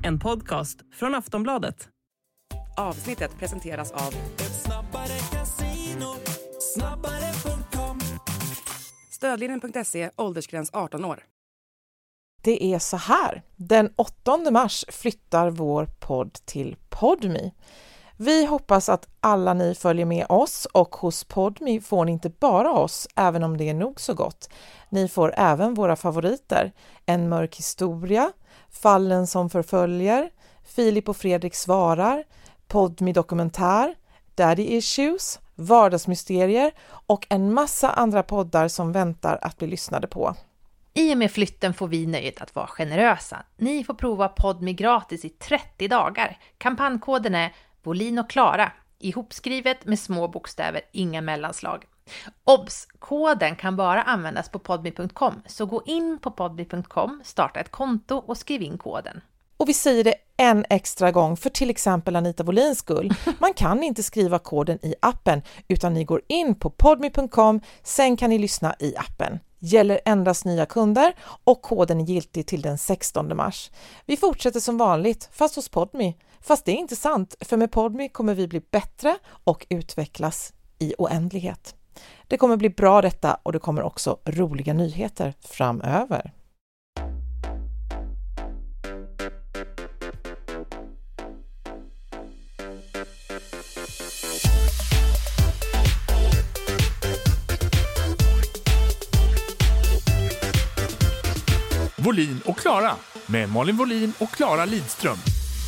En podcast från Aftonbladet. Avsnittet presenteras av Ett snabbare casino, snabbare.com. Stödlinjen.se, åldersgräns 18 år. Det är så här. Den 8 mars flyttar vår podd till Podme. Vi hoppas att alla ni följer med oss, och hos Podme får ni inte bara oss, även om det är nog så gott. Ni får även våra favoriter. En mörk historia, Fallen som förföljer, Filip och Fredrik svarar, Podme dokumentär, Daddy Issues, Vardagsmysterier och en massa andra poddar som väntar att bli lyssnade på. I och med flytten får vi nöjet att vara generösa. Ni får prova Podme gratis i 30 dagar. Kampankoden är Volin och Klara, ihopskrivet med små bokstäver, inga mellanslag. Obs! Koden kan bara användas på podme.com, så gå in på podme.com, starta ett konto och skriv in koden. Och vi säger det en extra gång för till exempel Anita Volins skull. Man kan inte skriva koden i appen, utan ni går in på podme.com, sen kan ni lyssna i appen. Gäller endast nya kunder och koden är giltig till den 16 mars. Vi fortsätter som vanligt, fast hos Podme. Fast det är inte sant, för med Podme kommer vi bli bättre och utvecklas i oändlighet. Det kommer bli bra detta, och det kommer också roliga nyheter framöver. Volin och Klara med Malin Volin och Klara Lidström.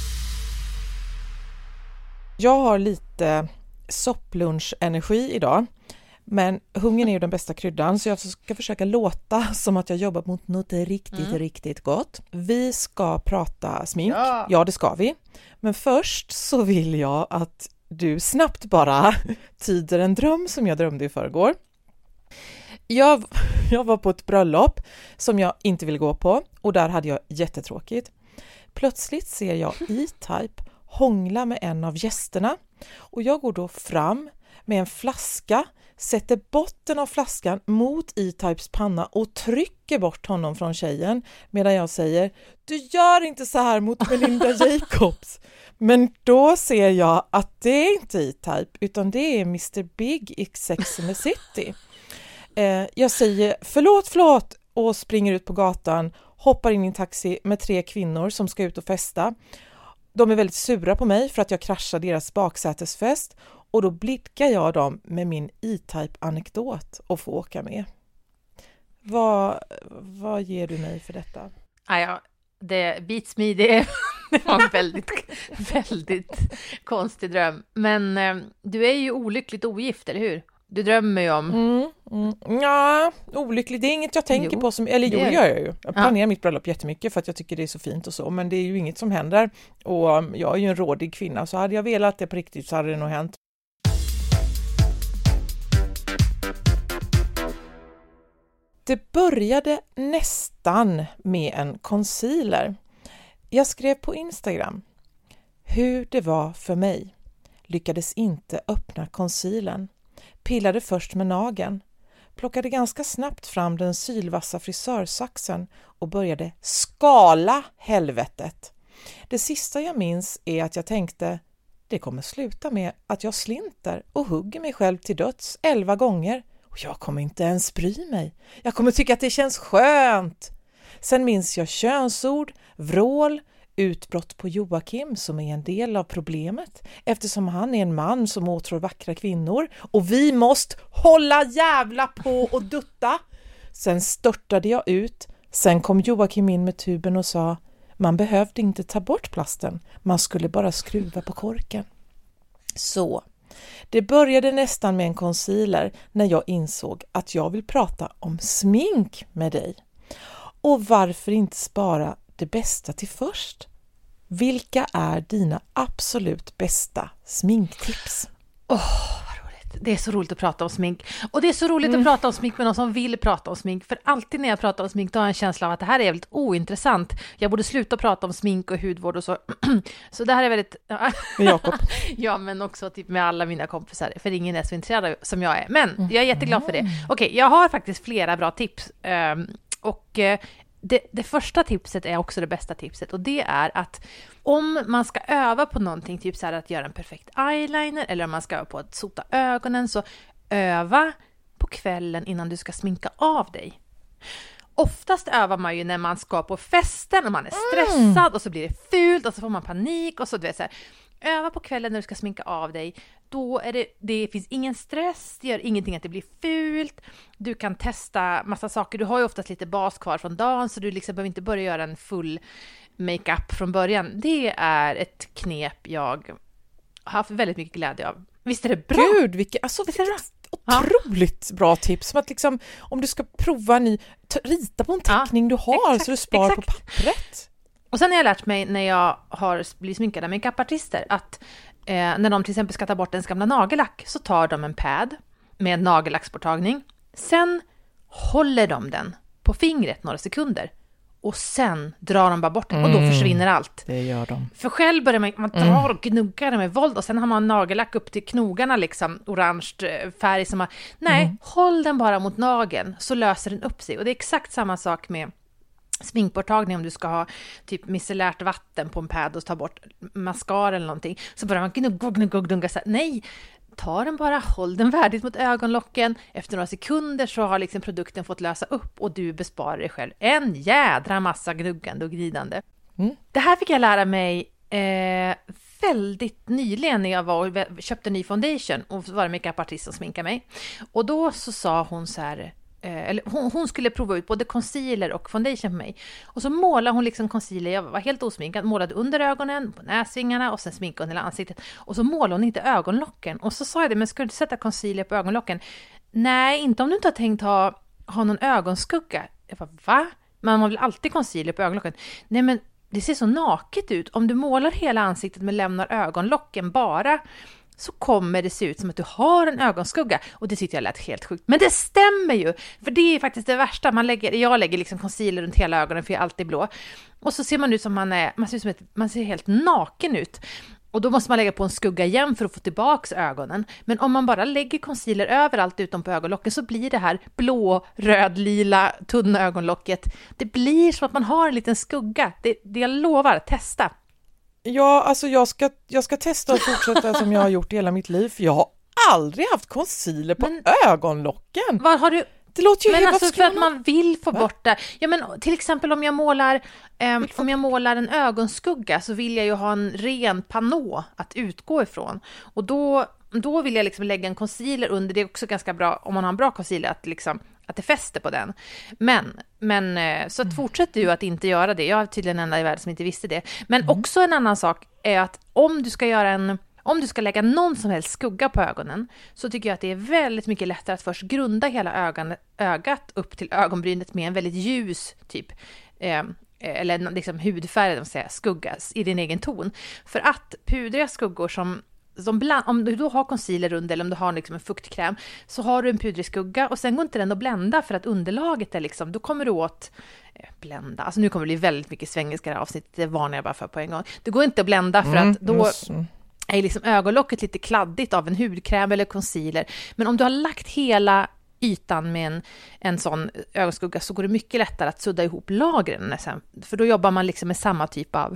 Jag har lite sopplunchenergi idag, men hungern är ju den bästa kryddan, så jag ska försöka låta som att jag jobbar mot något riktigt gott. Vi ska prata smink. Ja, det ska vi. Men först så vill jag att du snabbt bara tyder en dröm som jag drömde i förrgår. Jag var på ett bröllop som jag inte vill gå på, och där hade jag jättetråkigt. Plötsligt ser jag E-Type hångla med en av gästerna, och jag går då fram med en flaska, sätter botten av flaskan mot E-Types panna och trycker bort honom från tjejen, medan jag säger: du gör inte så här mot Melinda Jacobs. Men då ser jag att det är inte E-Type, utan det är Mr. Big i Sex and the City. Jag säger förlåt och springer ut på gatan, hoppar in i en taxi med 3 kvinnor som ska ut och festa. De är väldigt sura på mig för att jag kraschar deras baksätesfest, och då blickar jag dem med min E-Type-anekdot och får åka med. Vad ger du mig för detta? Ja, det beats me, det var en väldigt konstig dröm. Men du är ju olyckligt ogift, eller hur? Du drömmer ju om... Ja, olyckligt. Det är inget jag tänker på som... Eller det gör jag ju. Jag planerar mitt bröllop jättemycket för att jag tycker det är så fint och så. Men det är ju inget som händer. Och jag är ju en rådig kvinna. Så hade jag velat det på riktigt så hade det nog hänt. Det började nästan med en concealer. Jag skrev på Instagram hur det var för mig. Lyckades inte öppna concealern. Pillade först med nageln, plockade ganska snabbt fram den sylvassa frisörsaxen och började skala helvetet. Det sista jag minns är att jag tänkte, det kommer sluta med att jag slinter och hugger mig själv till döds 11 gånger. Och jag kommer inte ens bry mig. Jag kommer tycka att det känns skönt. Sen minns jag könsord, vrål, utbrott på Joakim som är en del av problemet eftersom han är en man som åtrår vackra kvinnor och vi måste hålla jävla på och dutta. Sen störtade jag ut. Sen kom Joakim in med tuben och sa: man behövde inte ta bort plasten, man skulle bara skruva på korken. Så, det började nästan med en concealer när jag insåg att jag vill prata om smink med dig. Och varför inte spara det bästa till först? Vilka är dina absolut bästa sminktips? Vad roligt. Det är så roligt att prata om smink. Och det är så roligt att prata om smink med någon som vill prata om smink. För alltid när jag pratar om smink då har jag en känsla av att det här är väldigt ointressant. Jag borde sluta prata om smink och hudvård och så. Så det här är väldigt... Med Jakob. Ja, men också typ med alla mina kompisar. För ingen är så intresserad som jag är. Men jag är jätteglad för det. Okej, jag har faktiskt flera bra tips. Och det första tipset är också det bästa tipset, och det är att om man ska öva på någonting, typ så här att göra en perfekt eyeliner eller om man ska öva på att sota ögonen, så öva på kvällen innan du ska sminka av dig. Oftast övar man ju när man ska på festen och man är stressad och så blir det fult och så får man panik och så, du vet, så här. Öva på kvällen när du ska sminka av dig. Då är det finns ingen stress, det gör ingenting att det blir fult. Du kan testa massa saker. Du har ju oftast lite bas kvar från dagen, så du liksom behöver inte börja göra en full makeup från början. Det är ett knep jag har haft väldigt mycket glädje av. Visst är det bra? Gud, vilket otroligt bra tips. Som att liksom, om du ska prova en ny, rita på en teckning du har, exakt, så du spar på pappret. Och sen har jag lärt mig när jag har blivit sminkad av makeupartister att när de till exempel ska ta bort en gamla nagellack, så tar de en pad med nagellacksborttagning. Sen håller de den på fingret några sekunder. Och sen drar de bara bort den och då försvinner allt. Det gör de. För själv börjar man drar och gnuggar med våld och sen har man nagellack upp till knogarna, liksom orange färg som man... Nej, håll den bara mot nageln så löser den upp sig. Och det är exakt samma sak med sminkborttagning. Om du ska ha typ micellärt vatten på en pad och ta bort mascara eller någonting, så börjar man gnugga så här. Nej, ta den bara, håll den värdigt mot ögonlocken. Efter några sekunder så har liksom produkten fått lösa upp och du besparar dig själv en jädra massa gnuggande och glidande. Det här fick jag lära mig väldigt nyligen när jag köpte en ny foundation och var det makeupartist som sminkade mig. Och då så sa hon så här, eller hon skulle prova ut både concealer och foundation på mig. Och så målade hon liksom concealer, jag var helt osminkad, målade under ögonen, på näsvingarna och sen sminkade hon hela ansiktet. Och så målade hon inte ögonlocken. Och så sa jag det, men ska du sätta concealer på ögonlocken? Nej, inte om du inte har tänkt ha någon ögonskugga. Jag bara, va? Man vill alltid concealer på ögonlocken. Nej, men det ser så naket ut. Om du målar hela ansiktet men lämnar ögonlocken bara, så kommer det se ut som att du har en ögonskugga. Och det tyckte jag lät helt sjukt. Men det stämmer ju! För det är faktiskt det värsta. Jag lägger liksom concealer runt hela ögonen, för jag är alltid blå. Och så ser man ut som man ser helt naken ut. Och då måste man lägga på en skugga igen för att få tillbaka ögonen. Men om man bara lägger concealer överallt utom på ögonlocken, så blir det här blå, röd, lila, tunna ögonlocket. Det blir som att man har en liten skugga. Det jag lovar, testa. Ja, alltså jag ska testa att fortsätta som jag har gjort hela mitt liv. För jag har aldrig haft concealer på ögonlocken. Vad har du... Det låter ju men helt alltså för att man vill få bort det. Ja, men till exempel om jag målar en ögonskugga, så vill jag ju ha en ren panå att utgå ifrån. Och då vill jag liksom lägga en concealer under. Det är också ganska bra om man har en bra concealer att det fäster på den. Men så att fortsätter ju att inte göra det. Jag är tydligen den enda i världen som inte visste det. Men också en annan sak är att om du ska lägga någon som helst skugga på ögonen, så tycker jag att det är väldigt mycket lättare att först grunda hela ögat upp till ögonbrynet med en väldigt ljus typ eller liksom hudfärg, skugga i din egen ton. För att pudriga skuggor om du då har concealer under, eller om du har liksom en fuktkräm, så har du en pudrig skugga och sen går inte den att blända, för att underlaget är liksom, då kommer du åt blända. Alltså nu kommer det bli väldigt mycket svengelska i det här avsnittet, det varnar jag bara för på en gång. Det går inte att blända för att då är liksom ögonlocket lite kladdigt av en hudkräm eller concealer. Men om du har lagt hela ytan med en sån ögonskugga, så går det mycket lättare att sudda ihop lagren sen. För då jobbar man liksom med samma typ av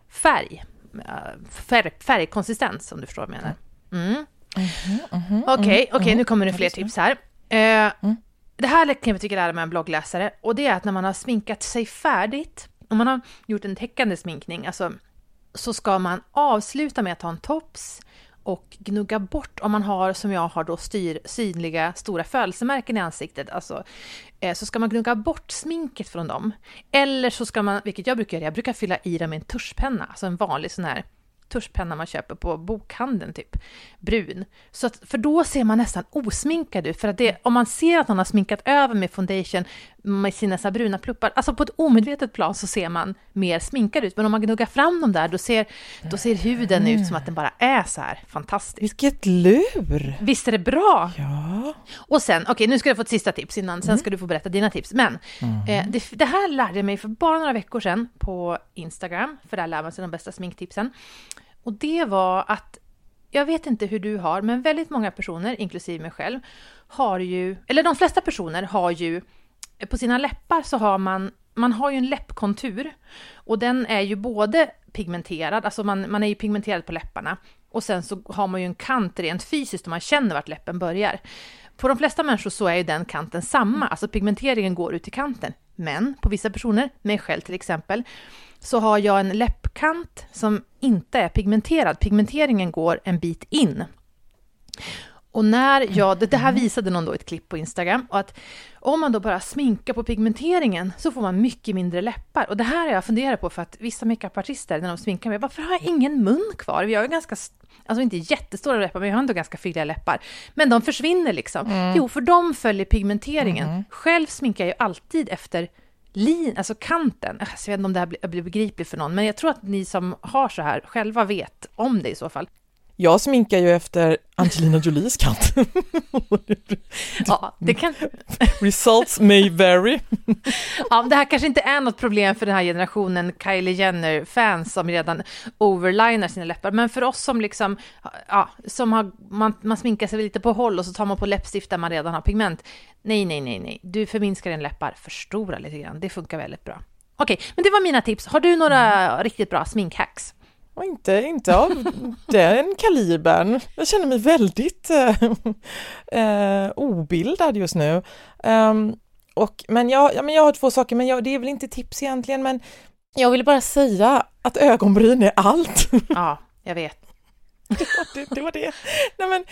färgkonsistens, om du förstår vad jag menar. Okej, nu kommer det fler tips här. Det här kan jag tycka lära mig en bloggläsare, och det är att när man har sminkat sig färdigt, om man har gjort en täckande sminkning, alltså, så ska man avsluta med att ta en tops och gnugga bort, om man har, som jag har då, synliga stora födelsemärken i ansiktet, alltså, så ska man gnugga bort sminket från dem. Eller så ska man, vilket jag brukar göra, jag brukar fylla i dem med en tuschpenna, alltså en vanlig sån här tuschpenna man köper på bokhandeln, typ brun. Så att, för då ser man nästan osminkad ut, för att om man ser att man har sminkat över med foundation med sina så bruna pluppar, alltså på ett omedvetet plan, så ser man mer sminkad ut. Men om man gnuggar fram dem där, då ser huden ut som att den bara är så här fantastisk. Vilket lur! Visst är det bra? Ja. Och sen, nu ska du få ett sista tips innan, sen ska du få berätta dina tips. Men det här lärde jag mig för bara några veckor sedan på Instagram, för där lär man sig de bästa sminktipsen. Och det var att, jag vet inte hur du har, men väldigt många personer, inklusive mig själv, har ju, eller de flesta personer har ju, på sina läppar så har man man har ju en läppkontur och den är ju både pigmenterad, alltså man är ju pigmenterad på läpparna och sen så har man ju en kant rent fysiskt och man känner vart läppen börjar. På de flesta människor så är ju den kanten samma, alltså pigmenteringen går ut i kanten. Men på vissa personer, mig själv till exempel, så har jag en läppkant som inte är pigmenterad. Pigmenteringen går en bit in. Och när jag, det här visade någon då ett klipp på Instagram, och att om man då bara sminkar på pigmenteringen så får man mycket mindre läppar. Och det här har jag funderat på för att vissa makeupartister när de sminkar mig, varför har jag ingen mun kvar? Vi har ju ganska, alltså inte jättestora läppar, men jag har ändå ganska fylliga läppar. Men de försvinner liksom. Jo, för de följer pigmenteringen. Själv sminkar jag ju alltid efter alltså kanten. Jag vet inte om det här blir begripligt för någon, men jag tror att ni som har så här själva vet om det i så fall. Jag sminkar ju efter Angelina Jolies kant. Ja, det kan... Results may vary. Ja, det här kanske inte är något problem för den här generationen Kylie Jenner-fans som redan overlinar sina läppar. Men för oss som liksom, ja, som har, man sminkar sig lite på håll och så tar man på läppstift där man redan har pigment. Nej. Du förminskar din läppar, förstora lite grann. Det funkar väldigt bra. Okej, men det var mina tips. Har du några riktigt bra sminkhacks? Och inte av den kalibern. Jag känner mig väldigt obildad just nu. Men jag har 2 saker, men det är väl inte tips egentligen. Men jag vill bara säga att ögonbryn är allt. Ja, jag vet. Det var det. Nej, men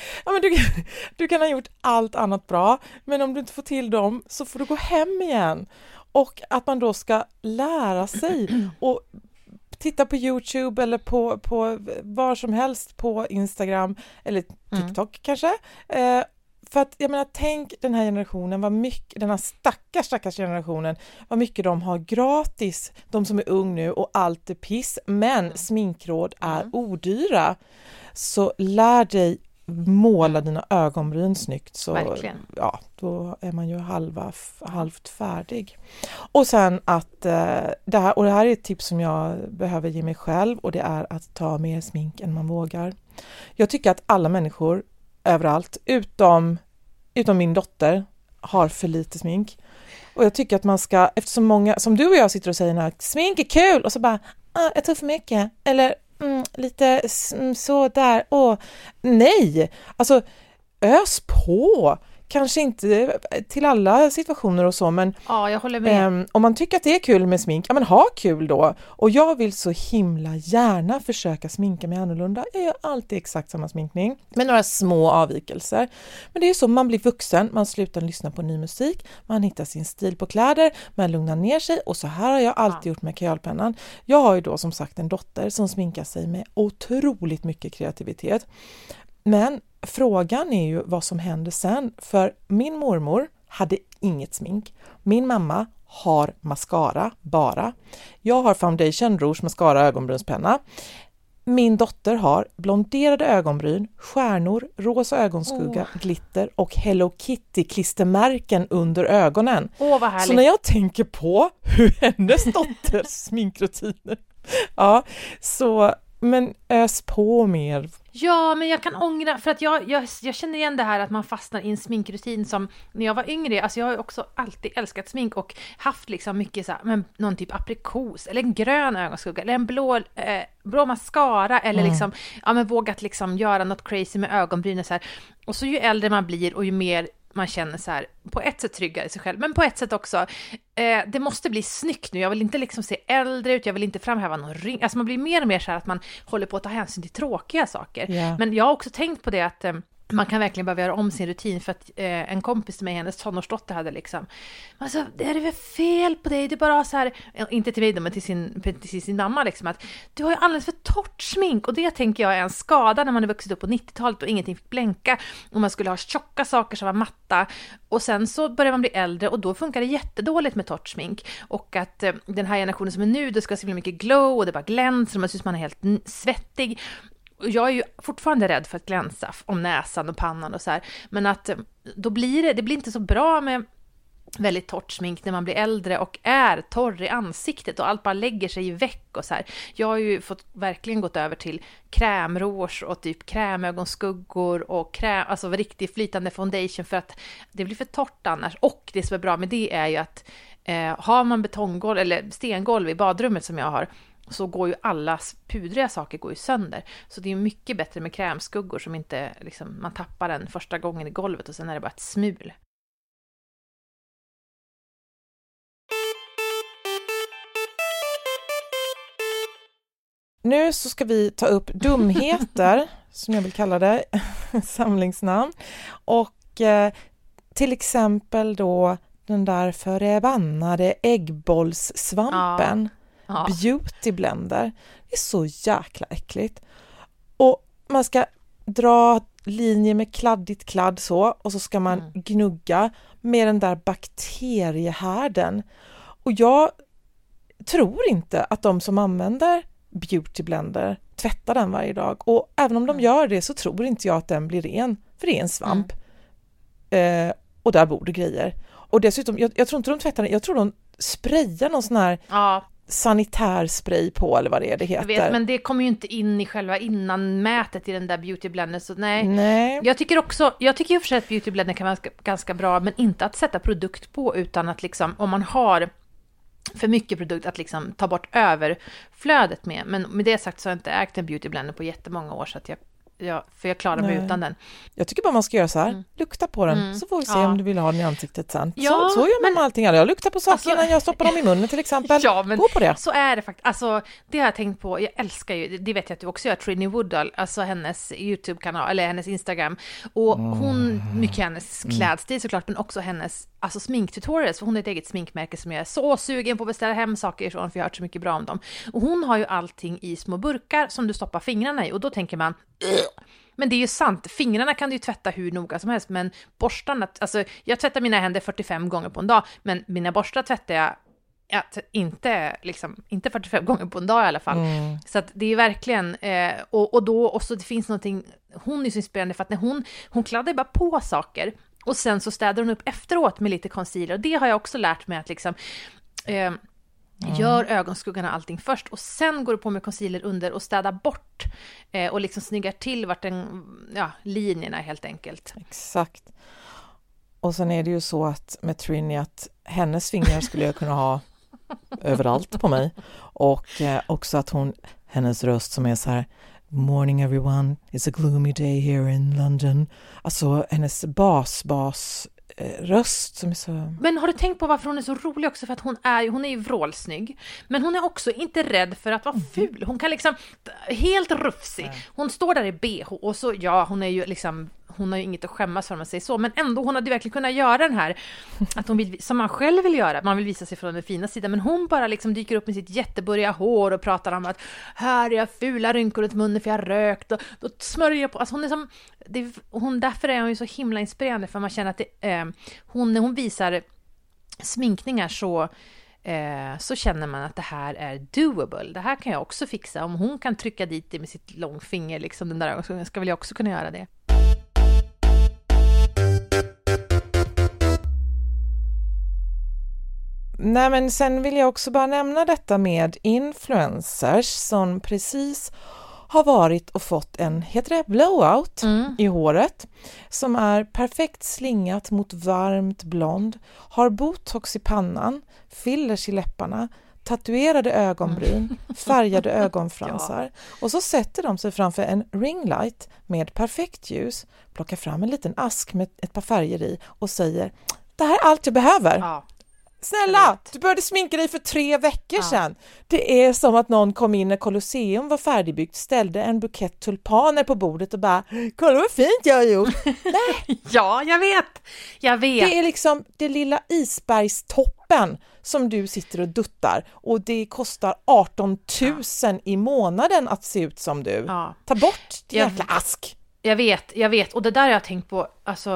du kan ha gjort allt annat bra, men om du inte får till dem så får du gå hem igen. Och att man då ska lära sig och titta på YouTube eller på var som helst på Instagram eller TikTok kanske. För att jag menar, tänk den här generationen, vad mycket, den här stackars generationen, vad mycket de har gratis, de som är ung nu, och allt är piss. Men sminkråd är odyra. Så lär dig måla dina ögonbryn snyggt, så verkligen. Ja, då är man ju halvt färdig. Och sen att det här är ett tips som jag behöver ge mig själv, och det är att ta mer smink än man vågar. Jag tycker att alla människor överallt, utom min dotter, har för lite smink. Och jag tycker att man ska, eftersom många, som du och jag sitter och säger, smink är kul, och så bara, jag tar för mycket, eller lite så där. Nej, alltså ös på. Kanske inte till alla situationer och så, men ja, jag håller med. Om man tycker att det är kul med smink, ja men ha kul då. Och jag vill så himla gärna försöka sminka mig annorlunda. Jag gör alltid exakt samma sminkning med några små avvikelser. Men det är så, man blir vuxen, man slutar lyssna på ny musik, man hittar sin stil på kläder, man lugnar ner sig, och så här har jag alltid gjort med kajalpennan. Jag har ju då som sagt en dotter som sminkar sig med otroligt mycket kreativitet. Men frågan är ju vad som händer sen, för min mormor hade inget smink. Min mamma har mascara bara. Jag har foundation, rouge, mascara, ögonbrynspenna. Min dotter har blonderade ögonbryn, stjärnor, rosa ögonskugga, glitter och Hello Kitty-klistermärken under ögonen. Vad härligt. Så när jag tänker på hur hennes dotters sminkrutiner, ja, så... Men ös på mer. Ja, men jag kan ångra, för att jag känner igen det här att man fastnar i en sminkrutin som när jag var yngre. Alltså jag har ju också alltid älskat smink och haft liksom mycket så här, men någon typ aprikos eller en grön ögonskugga eller en blå mascara eller liksom, ja men vågat liksom göra något crazy med ögonbrynen så här. Och så ju äldre man blir och ju mer man känner så här, på ett sätt tryggare i sig själv, men på ett sätt också det måste bli snyggt nu. Jag vill inte liksom se äldre ut, jag vill inte framhäva någon ring. Alltså man blir mer och mer så här att man håller på att ta hänsyn till tråkiga saker. Yeah. Men jag har också tänkt på det att man kan verkligen behöva göra om sin rutin, för att en kompis till mig, hennes tonårsdotter hade liksom, alltså det är väl fel på dig, det är bara så här, inte till mig då, men till sin mamma liksom, att du har ju alldeles för torrt smink, och det tänker jag är en skada när man är vuxit upp på 90-talet och ingenting fick blänka och man skulle ha tjocka saker som var matta, och sen så börjar man bli äldre och då funkar det jättedåligt med torrt smink, och att den här generationen som är nu, det ska se mycket glow och det bara glänser och man syns man är helt svettig. Jag är ju fortfarande rädd för att glänsa om näsan och pannan och så här. Men att då blir det blir inte så bra med väldigt torrt smink när man blir äldre och är torr i ansiktet och allt bara lägger sig i veck och så här. Jag har ju verkligen gått över till krämrouge och typ krämögonskuggor och alltså riktigt flytande foundation för att det blir för torrt annars. Och det som är bra med det är ju att har man betonggolv eller stengolv i badrummet som jag har, så går ju alla pudriga saker går ju sönder. Så det är mycket bättre med krämskuggor som inte liksom, man tappar den första gången i golvet och sen är det bara ett smul. Nu så ska vi ta upp dumheter, som jag vill kalla det, samlingsnamn. Och till exempel då den där förbannade äggbollssvampen. Ja. Beauty blender. Det är så jäkla äckligt. Och man ska dra linjer med kladdigt kladd så. Och så ska man gnugga med den där bakteriehärden. Och jag tror inte att de som använder beauty blender tvättar den varje dag. Och även om de gör det så tror inte jag att den blir ren. För det är en svamp. Och där bor det grejer. Och dessutom, jag tror inte de tvättar den. Jag tror de sprayar någon sån här sanitärspray på eller vad det heter. Jag vet, men det kommer ju inte in i själva innanmätet i den där beauty blendern. Så nej. Jag tycker ju för sig att beauty blender kan vara ganska bra, men inte att sätta produkt på, utan att liksom, om man har för mycket produkt, att liksom ta bort överflödet med. Men med det sagt så har jag inte ägt en beauty blender på jättemånga år, så att jag klarar mig utan den. Jag tycker bara man ska göra så här. Lukta på den, så får vi se om du vill ha den i ansiktet sen. Ja, så gör man med allting. Jag luktar på saker innan jag stoppar dem i munnen till exempel. Ja, men gå på det. Så är det faktiskt. Alltså, det har jag tänkt på. Jag älskar ju, det vet jag att du också gör, Trini Woodall, alltså hennes YouTube-kanal, eller hennes Instagram. Och hon, mycket hennes klädstil såklart, men också hennes sminktutorials. För hon har ett eget sminkmärke som jag är så sugen på att beställa hem saker ifrån, för jag har hört så mycket bra om dem. Och hon har ju allting i små burkar som du stoppar fingrarna i. Och då tänker man, men det är ju sant, fingrarna kan du ju tvätta hur noga som helst, men borstarna, alltså jag tvättar mina händer 45 gånger på en dag, men mina borstar tvättar jag inte 45 gånger på en dag i alla fall. Så att det är verkligen och så det finns någonting, hon är så inspirerande för att när hon kladdar bara på saker och sen så städar hon upp efteråt med lite concealer, och det har jag också lärt mig att liksom gör ögonskuggorna och allting först, och sen går du på med concealer under och städar bort och liksom snyggar till linjerna helt enkelt. Exakt. Och sen är det ju så att med Trini, att hennes fingrar skulle jag kunna ha överallt på mig, och också att hennes röst som är så här: morning everyone, it's a gloomy day here in London. Alltså hennes röst som är så... Men har du tänkt på varför hon är så rolig också? För att hon är ju vrålsnygg, men hon är också inte rädd för att vara ful. Hon kan liksom, helt rufsig. Hon står där i BH och så, hon är ju liksom, hon har ju inget att skämmas för, om man säger så, men ändå, hon hade verkligen kunnat göra den här, att hon vill, som man själv vill göra, man vill visa sig från den fina sidan, men hon bara liksom dyker upp med sitt jätteburriga hår och pratar om att här är jag fula rynkor runt munnen för jag har rökt, och då smörjer jag på, alltså hon är som därför är hon ju så himla inspirerande, för man känner att när hon visar sminkningar så känner man att det här är doable. Det här kan jag också fixa. Om hon kan trycka dit det med sitt långfinger, liksom den där, så ska väl jag också kunna göra det. Nej, men sen vill jag också bara nämna detta med influencers som precis har varit och fått en, heter det blowout i håret, som är perfekt slingat mot varmt blond, har botox i pannan, fillers i läpparna, tatuerade ögonbryn, färgade ögonfransar, och så sätter de sig framför en ringlight med perfekt ljus, plockar fram en liten ask med ett par färger i och säger: det här är allt jag behöver. Ja. Snälla, du började sminka dig för 3 veckor sedan. Det är som att någon kom in när Colosseum var färdigbyggt, ställde en bukett tulpaner på bordet och bara: kolla vad fint jag har gjort. Nej. Ja, jag vet. Det är liksom det lilla isbergstoppen som du sitter och duttar, och det kostar 18 000 i månaden att se ut som du. Ja. Ta bort din jäkla ask. Jag vet. Och det där har jag tänkt på,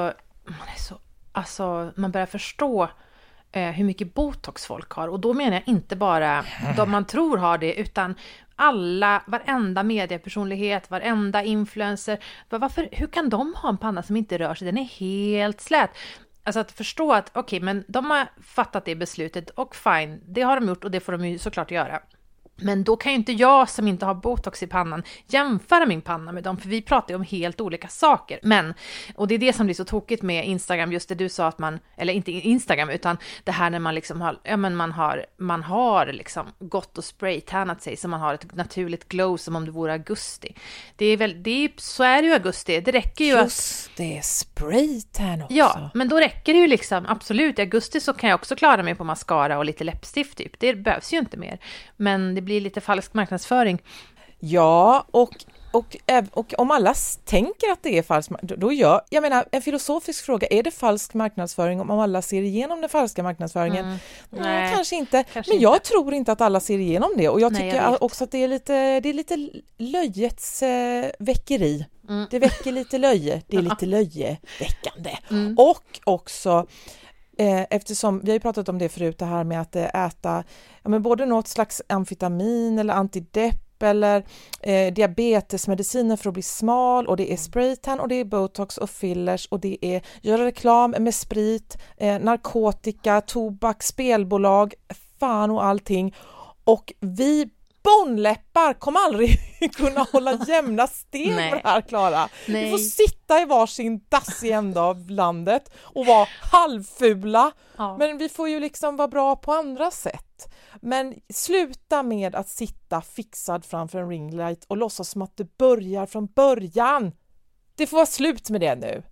man börjar förstå hur mycket botox folk har, och då menar jag inte bara de man tror har det, utan varenda mediepersonlighet, varenda influencer. Hur kan de ha en panna som inte rör sig? Den är helt slät. alltså att förstå att okej, men de har fattat det beslutet och fine, det har de gjort och det får de ju såklart göra. Men då kan ju inte jag som inte har botox i pannan jämföra min panna med dem, för vi pratar ju om helt olika saker. Men, och det är det som blir så tokigt med Instagram, just det du sa att man, eller inte Instagram utan det här när man liksom har, ja men man har liksom gått och spraytannat sig så man har ett naturligt glow som om det vore augusti. Det är väl, så är det ju augusti, det räcker ju just att... det är spraytan också. Ja, men då räcker det ju liksom, absolut, i augusti så kan jag också klara mig på mascara och lite läppstift typ, det behövs ju inte mer. Men det blir lite falsk marknadsföring. Ja, och om alla tänker att det är falsk, då jag menar, en filosofisk fråga, är det falsk marknadsföring om alla ser igenom den falska marknadsföringen? Nej, kanske inte. Men jag tror inte att alla ser igenom det. Och jag tycker också att det är lite löjets väckeri. Det väcker lite löje. Det är lite löjeväckande. Och också... eftersom vi har ju pratat om det förut, det här med att äta men både något slags amfetamin eller antidepp eller diabetesmediciner för att bli smal, och det är spraytan och det är botox och fillers och det är göra reklam med sprit, narkotika, tobak, spelbolag, fan och allting. Och vi bonläppar kommer aldrig kunna hålla jämna steg med det här, Klara. Vi får sitta i varsin dassig ända av landet och vara halvfula. Ja. Men vi får ju liksom vara bra på andra sätt. Men sluta med att sitta fixad framför en ringlight och låtsas som att det börjar från början. Det får vara slut med det nu.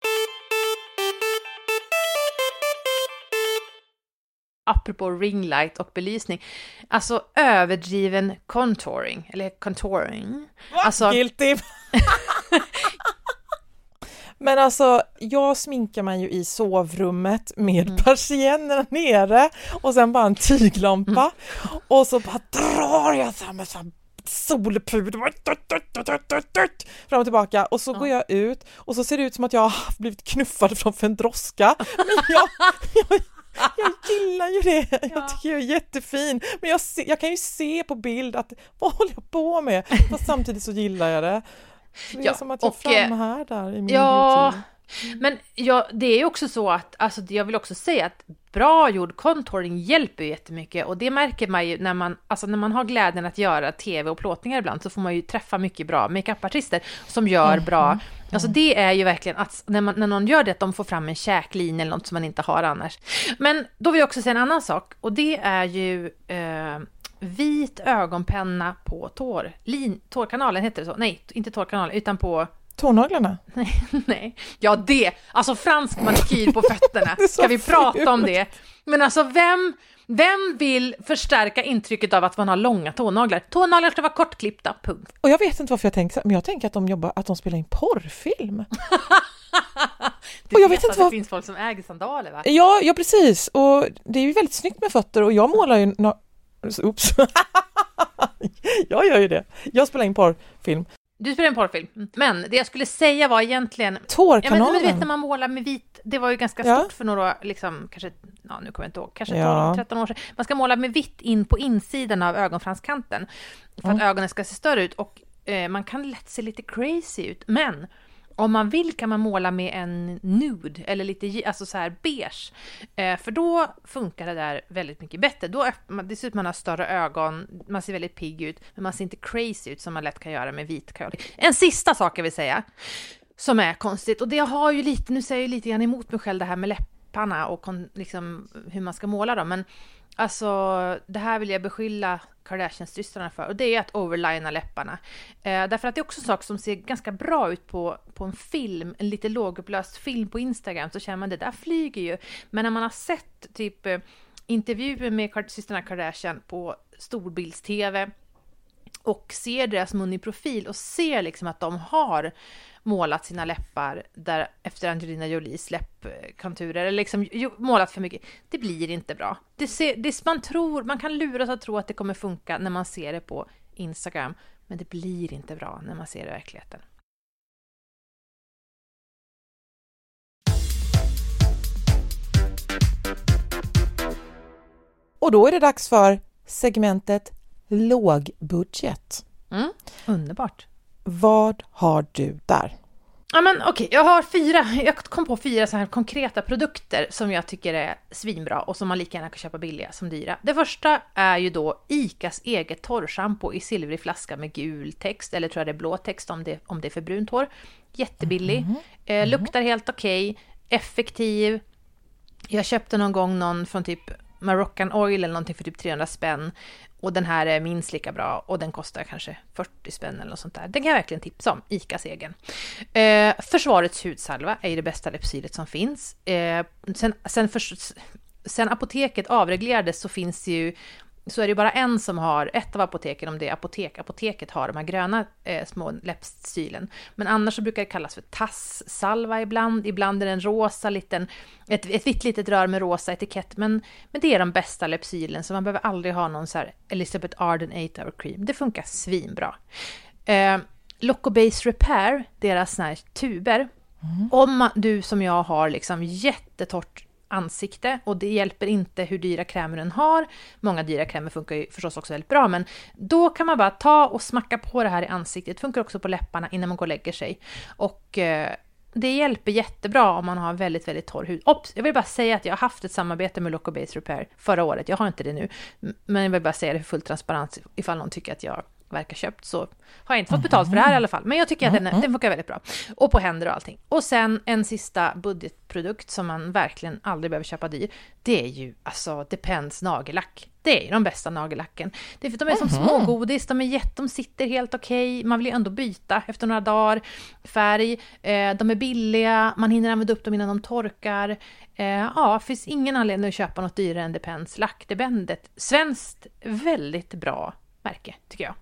Apropå ringlight och belysning, alltså överdriven contouring, eller contouring. Alltså... Guilty! Men alltså, jag sminkar mig ju i sovrummet med persiennerna nere och sen bara en tyglampa och så bara drar jag så här med så här solpuder fram och tillbaka och så går jag ut och så ser det ut som att jag har blivit knuffad från en droska. Men jag gillar ju det. Jag tycker jag är jättefin. Men jag kan ju se på bild att vad håller jag på med? Fast samtidigt så gillar jag det. Så det är som att jag framhärdar i min beauty. Men det är ju också så att alltså, jag vill också säga att bra gjord contouring hjälper ju jättemycket, och det märker man ju när man har glädjen att göra tv och plåtningar ibland, så får man ju träffa mycket bra makeupartister som gör bra. Alltså det är ju verkligen att när någon gör det, att de får fram en käklinje eller något som man inte har annars. Men då vill jag också säga en annan sak, och det är ju vit ögonpenna på tårkanalen, heter det så? Nej, inte tårkanalen, utan på tånaglarna? Nej. Ja, det. Alltså fransk manikyr på fötterna. Ska vi prata om det? Men alltså, vem vill förstärka intrycket av att man har långa tånaglar? Tånaglar ska vara kortklippta, punkt. Och jag vet inte varför jag tänker så, men jag tänker att de spelar in porrfilm. Och jag vet inte det finns folk som äger sandaler, va? Ja, precis. Och det är ju väldigt snyggt med fötter, och jag målar ju... Oops. Jag gör ju det. Jag spelar in porrfilm. Du spelar en porrfilm. Men det jag skulle säga var egentligen... Tårkanalen. Men du vet när man målar med vit... Det var ju ganska stort för några... Liksom, kanske... Ja, nu kommer jag inte ihåg. Kanske 12-13 år sedan. Man ska måla med vitt in på insidan av ögonfranskanten. För att ögonen ska se större ut. Och man kan lätt se lite crazy ut. Men... Om man vill kan man måla med en nude eller lite alltså så här beige. För då funkar det där väldigt mycket bättre. Då dessutom man har större ögon, man ser väldigt pigg ut, men man ser inte crazy ut som man lätt kan göra med vit kajal. En sista sak jag vill säga som är konstigt, och det har ju lite, nu säger jag lite grann emot mig själv det här med läpparna och liksom hur man ska måla dem, men alltså det här vill jag beskylla Kardashian-systrarna för, och det är att overlina läpparna. Därför att det är också en sak som ser ganska bra ut på en film, en lite lågupplöst film på Instagram, så känner man det där flyger ju. Men när man har sett typ intervjuer med systrarna Kardashian på storbilds-tv och ser deras mun i profil och ser liksom att de har målat sina läppar där efter Angelina Jolies läppkonturer, eller liksom målat för mycket. Det blir inte bra. Man kan luras att tro att det kommer funka när man ser det på Instagram, men det blir inte bra när man ser det i verkligheten. Och då är det dags för segmentet lågbudget. Underbart. Vad har du där? Ja, men okej, jag kom på 4 så här konkreta produkter som jag tycker är svinbra och som man lika gärna kan köpa billiga som dyra. Det första är ju då ICAs eget torrschampo i silvrig flaska med gul text, eller tror jag det är blå text om det är för brunt hår. Jättebillig, luktar helt okej, effektiv. Jag köpte någon gång någon från typ Moroccan Oil eller någonting för typ 300 spänn. Och den här är minst lika bra och den kostar kanske 40 spänn eller något sånt där. Den kan jag verkligen tipsa om, ICAs egen. Försvarets hudsalva är ju det bästa läppsyret som finns. Sen apoteket avreglerades så är det bara en som har, ett av apoteken, om det är apoteket har de här gröna små läppstylen. Men annars så brukar det kallas för tasssalva ibland är det en rosa ett vitt litet rör med rosa etikett, men det är de bästa läppsylen, så man behöver aldrig ha någon så här Elizabeth Arden 8-hour cream. Det funkar svinbra. Loco Base Repair, deras såna här tuber. Om du som jag har liksom jättetorrt ansikte, och det hjälper inte hur dyra krämer den har. Många dyra krämer funkar ju förstås också väldigt bra, men då kan man bara ta och smacka på det här i ansiktet. Det funkar också på läpparna innan man går och lägger sig. Och det hjälper jättebra om man har väldigt, väldigt torr hud. Jag vill bara säga att jag har haft ett samarbete med Loco Base Repair förra året. Jag har inte det nu, men jag vill bara säga det för full transparens. Ifall någon tycker att jag verkar köpt, så har jag inte fått betalt för det här i alla fall. Men jag tycker att den funkar väldigt bra. Och på händer och allting. Och sen en sista budgetprodukt som man verkligen aldrig behöver köpa dyr. Det är ju Depends nagellack. Det är ju de bästa nagellacken. De är som smågodis, de sitter helt okej. Man vill ju ändå byta efter några dagar. Färg, de är billiga. Man hinner använda upp dem innan de torkar. Finns ingen anledning att köpa något dyrare än Depends lack. Det bändet. Svenskt, väldigt bra märke, tycker jag.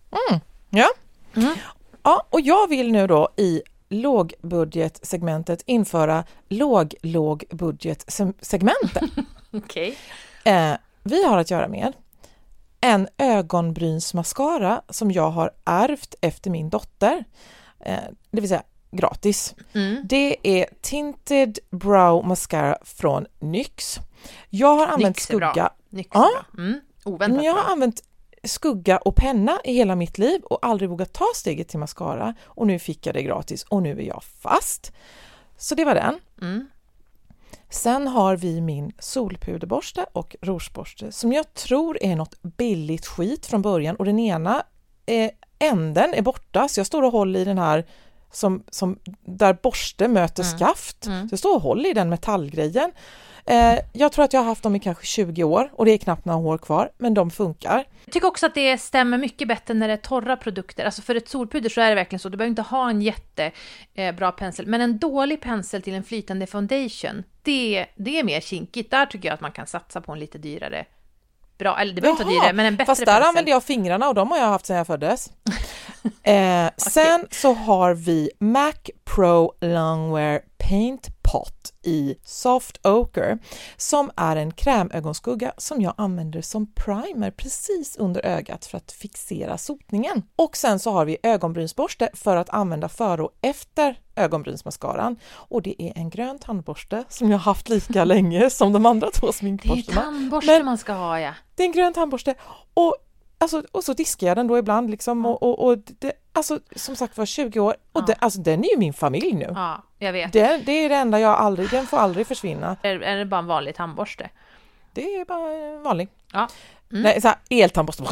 Ja, och jag vill nu då i lågbudgetsegmentet införa lågbudgetsegmentet. Okej. Vi har att göra med en ögonbrynsmascara som jag har ärvt efter min dotter. Det vill säga gratis. Det är Tinted Brow Mascara från NYX. Jag har använt skugga. NYX är bra. Oväntat jag har bra. använt skugga och penna i hela mitt liv och aldrig vågat ta steget till mascara, och nu fick jag det gratis och nu är jag fast. Så det var den. Sen har vi min solpuderborste och rougeborste som jag tror är något billigt skit från början, och den ena änden är borta, så jag står och håller i den här som där borste möter skaft. Så jag står och håller i den metallgrejen. Jag tror att jag har haft dem i kanske 20 år och det är knappt några hår kvar, men de funkar. Jag tycker också att det stämmer mycket bättre när det är torra produkter. Alltså för ett solpuder så är det verkligen så. Du behöver inte ha en jättebra pensel, men en dålig pensel till en flytande foundation, det är mer kinkigt. Där tycker jag att man kan satsa på en lite dyrare. Bra, eller det behöver inte dyrare, men en bättre fast där pensel. använder jag fingrarna och de har jag haft sedan jag föddes. Sen så har vi Mac Pro Longwear Paint Pot i Soft Ochre som är en krämögonskugga som jag använder som primer precis under ögat för att fixera sotningen. Och sen så har vi ögonbrynsborste för att använda före och efter ögonbrynsmascaran, och det är en grön tandborste som jag har haft lika länge som de andra två sminkborstarna. Det är tandborste man ska ha, ja. Det är en grön tandborste och så diskar jag den då ibland liksom, och det, alltså som sagt var 20 år och den är ju min familj nu. Ja, jag vet. Det är det enda den får aldrig försvinna. Är det bara en vanlig tandborste? Det är bara vanlig. Ja. Nej, så här eltandborste.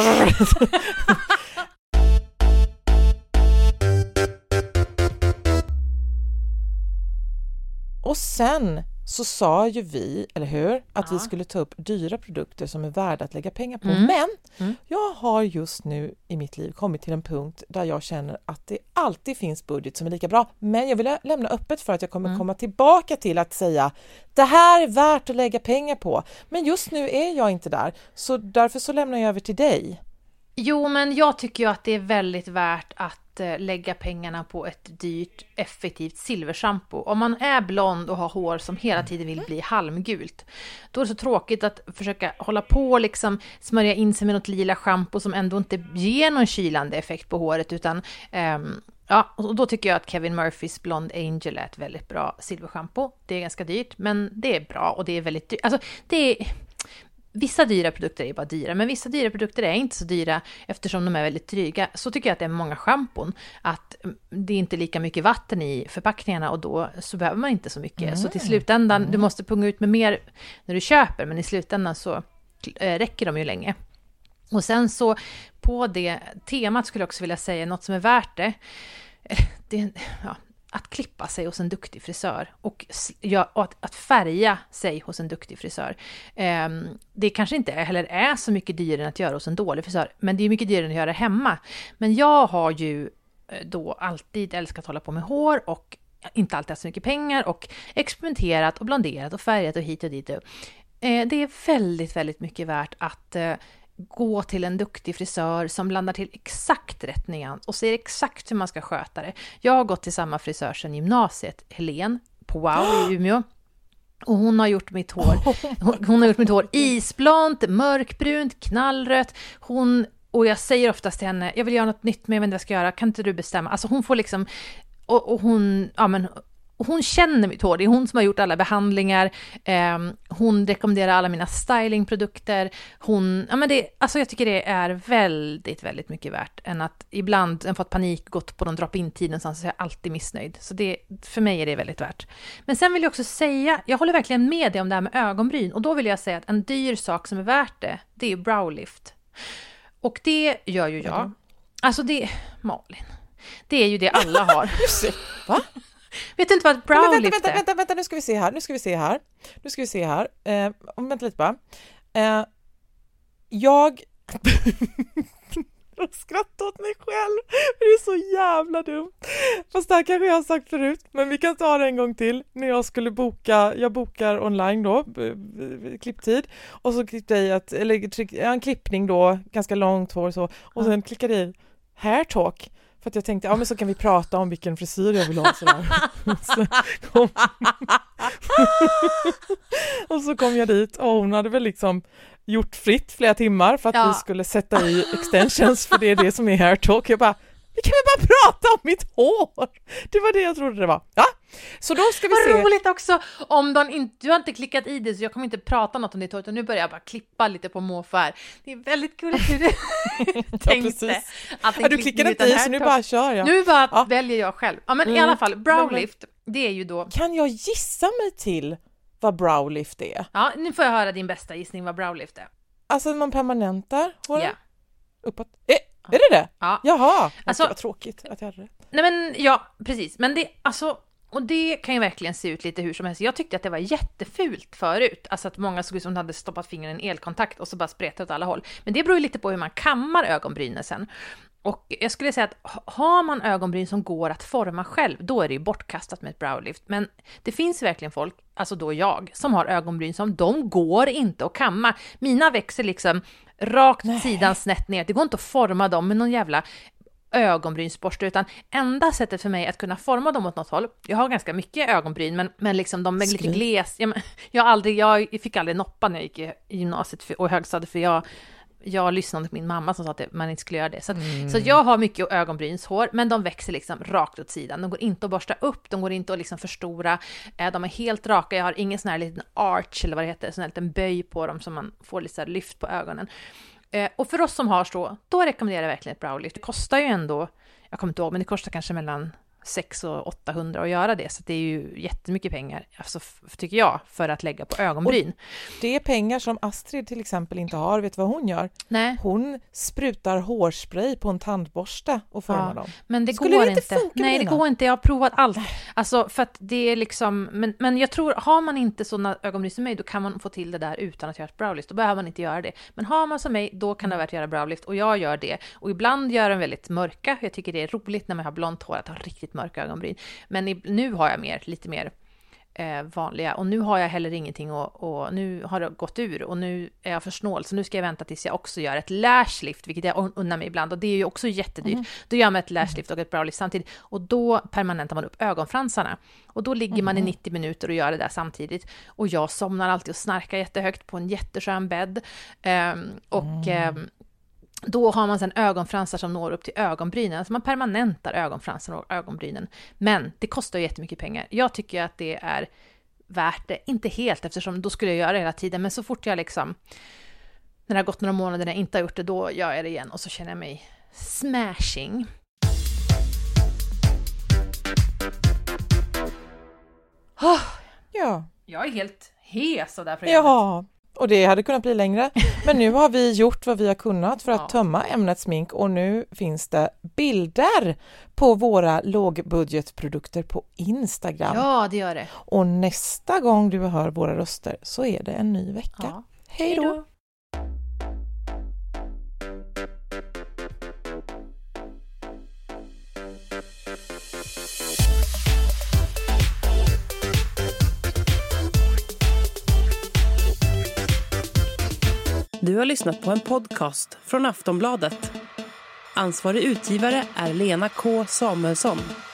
Och sen så sa ju vi, eller hur, att vi skulle ta upp dyra produkter som är värda att lägga pengar på. Men jag har just nu i mitt liv kommit till en punkt där jag känner att det alltid finns budget som är lika bra. Men jag vill lämna öppet för att jag kommer komma tillbaka till att säga det här är värt att lägga pengar på. Men just nu är jag inte där. Så därför så lämnar jag över till dig. Jo, men jag tycker ju att det är väldigt värt att lägga pengarna på ett dyrt, effektivt silverschampo. Om man är blond och har hår som hela tiden vill bli halmgult, då är det så tråkigt att försöka hålla på och liksom smörja in sig med något lila schampo som ändå inte ger någon kylande effekt på håret, utan och då tycker jag att Kevin Murphys Blonde Angel är ett väldigt bra silverschampo. Det är ganska dyrt, men det är bra och det är väldigt dyrt. Alltså, vissa dyra produkter är bara dyra, men vissa dyra produkter är inte så dyra eftersom de är väldigt dryga. Så tycker jag att det är många schampon, att det är inte lika mycket vatten i förpackningarna och då så behöver man inte så mycket. Så till slutändan, du måste punga ut med mer när du köper, men i slutändan så räcker de ju länge. Och sen så på det temat skulle jag också vilja säga något som är värt det. Att klippa sig hos en duktig frisör och att färga sig hos en duktig frisör. Det kanske inte heller är så mycket dyrare än att göra hos en dålig frisör, men det är mycket dyrare än att göra hemma. Men jag har ju då alltid älskat att hålla på med hår och inte alltid haft så mycket pengar och experimenterat och blonderat och färgat och hit och dit. Det är väldigt, väldigt mycket värt att gå till en duktig frisör som blandar till exakt rätt nyans och ser exakt hur man ska sköta det. Jag har gått till samma frisör sedan gymnasiet, Helen på Wow i Umeå. Och hon har gjort mitt hår. Hon har gjort mitt hår isblont, mörkbrunt, knallrött. Och jag säger oftast till henne, jag vill göra något nytt, men jag vet inte vad jag ska göra. Kan inte du bestämma? Alltså hon får liksom, och hon känner mitt hår. Det är hon som har gjort alla behandlingar. Hon rekommenderar alla mina stylingprodukter. Jag tycker det är väldigt, väldigt mycket värt än att ibland jag fått panik, gått på någon drop-in-tiden så är jag alltid missnöjd. Så för mig är det väldigt värt. Men sen vill jag också säga, jag håller verkligen med dig om det här med ögonbryn. Och då vill jag säga att en dyr sak som är värt det är ju browlift. Och det gör ju jag. Alltså Malin. Det är ju det alla har. Va? Vet du inte vad browlift är? Vänta, nu ska vi se här. Vänta lite bara. Jag skrattar åt mig själv. Det är så jävla dumt. Fast det här kanske jag har sagt förut. Men vi kan ta det en gång till. När jag skulle jag bokar online då, klipptid. Och så klippte jag en klippning då, ganska långt hår så. Och sen klickade jag i hair talk. För att jag tänkte, men så kan vi prata om vilken frisyr jag vill ha. Och så kom jag dit och hon hade väl liksom gjort fritt flera timmar för att vi skulle sätta i extensions, för det är det som är hair talk. Jag bara, vi kan väl bara prata om mitt hår. Det var det jag trodde det var. Ja, så då ska vi se. Vad roligt också, du har inte klickat i det så jag kommer inte prata något om det, utan nu börjar jag bara klippa lite på måfär. Det är väldigt kul att du tänkte att du klickade inte i så nu bara kör jag. Nu bara väljer jag själv. Ja, men i alla fall, browlift, det är ju då... Kan jag gissa mig till vad browlift är? Ja, nu får jag höra din bästa gissning vad browlift är. Alltså man permanentar håret? Ja. Uppåt. Är det? Ja. Jaha, alltså, vad tråkigt att jag hade det. Nej men, ja, precis. Men det, alltså, och det kan ju verkligen se ut lite hur som helst. Jag tyckte att det var jättefult förut. Alltså att många såg ut som hade stoppat fingret i en elkontakt och så bara spretat åt alla håll. Men det beror ju lite på hur man kammar ögonbrynen sen. Och jag skulle säga att har man ögonbryn som går att forma själv, då är det ju bortkastat med ett browlift. Men det finns verkligen folk, alltså då jag, som har ögonbryn som de går inte att kamma. Mina växer liksom rakt sidan snett ner. Det går inte att forma dem med någon jävla ögonbrynsborste, utan enda sättet för mig att kunna forma dem åt något håll. Jag har ganska mycket ögonbryn, men liksom de är lite gles. Jag fick aldrig noppa när jag gick i gymnasiet och högstadiet, för jag lyssnade på min mamma som sa att man inte skulle göra det. Så jag har mycket ögonbrynshår, men de växer liksom rakt åt sidan. De går inte att borsta upp, de går inte att liksom förstora. De är helt raka. Jag har ingen sån här liten arch eller vad det heter, sån här liten böj på dem som man får lite så här lyft på ögonen. Och för oss som har så, då rekommenderar jag verkligen ett browlift. Det kostar ju ändå, jag kommer inte ihåg, men det kostar kanske mellan 600 och 800 att göra det. Så det är ju jättemycket pengar, alltså, tycker jag, för att lägga på ögonbryn. Och det är pengar som Astrid till exempel inte har. Vet du vad hon gör? Nej. Hon sprutar hårspray på en tandborste och formar dem. Men det skulle går det inte. Funka? Nej, det går inte. Jag har provat allt. Alltså, för att det är liksom... Men jag tror, har man inte sådana ögonbryn som mig, då kan man få till det där utan att göra ett browlift. Då behöver man inte göra det. Men har man som mig, då kan det vara att göra browlift. Och jag gör det. Och ibland gör den väldigt mörka. Jag tycker det är roligt när man har blont hår att ha riktigt mörka ögonbryn. Men nu har jag lite mer vanliga. Och nu har jag heller ingenting och nu har det gått ur. Och nu är jag för snål. Så nu ska jag vänta tills jag också gör ett lashlift, vilket jag unnar mig ibland. Och det är ju också jättedyrt. Då gör man ett lashlift och ett browlift samtidigt. Och då permanentar man upp ögonfransarna. Och då ligger man i 90 minuter och gör det där samtidigt. Och jag somnar alltid och snarkar jättehögt på en jätteskön bädd. Då har man sen ögonfransar som når upp till ögonbrynen. Alltså man permanentar ögonfransar och ögonbrynen. Men det kostar ju jättemycket pengar. Jag tycker att det är värt det. Inte helt, eftersom då skulle jag göra det hela tiden. Men så fort jag liksom När det har gått några månader när jag inte har gjort det, då gör jag det igen och så känner jag mig smashing. Ja. Jag är helt hes av det här programmet. Ja, och det hade kunnat bli längre. Men nu har vi gjort vad vi har kunnat för att tömma ämnet smink och nu finns det bilder på våra lågbudgetprodukter på Instagram. Ja, det gör det. Och nästa gång du hör våra röster så är det en ny vecka. Ja. Hej då! Du har lyssnat på en podcast från Aftonbladet. Ansvarig utgivare är Lena K. Samuelsson.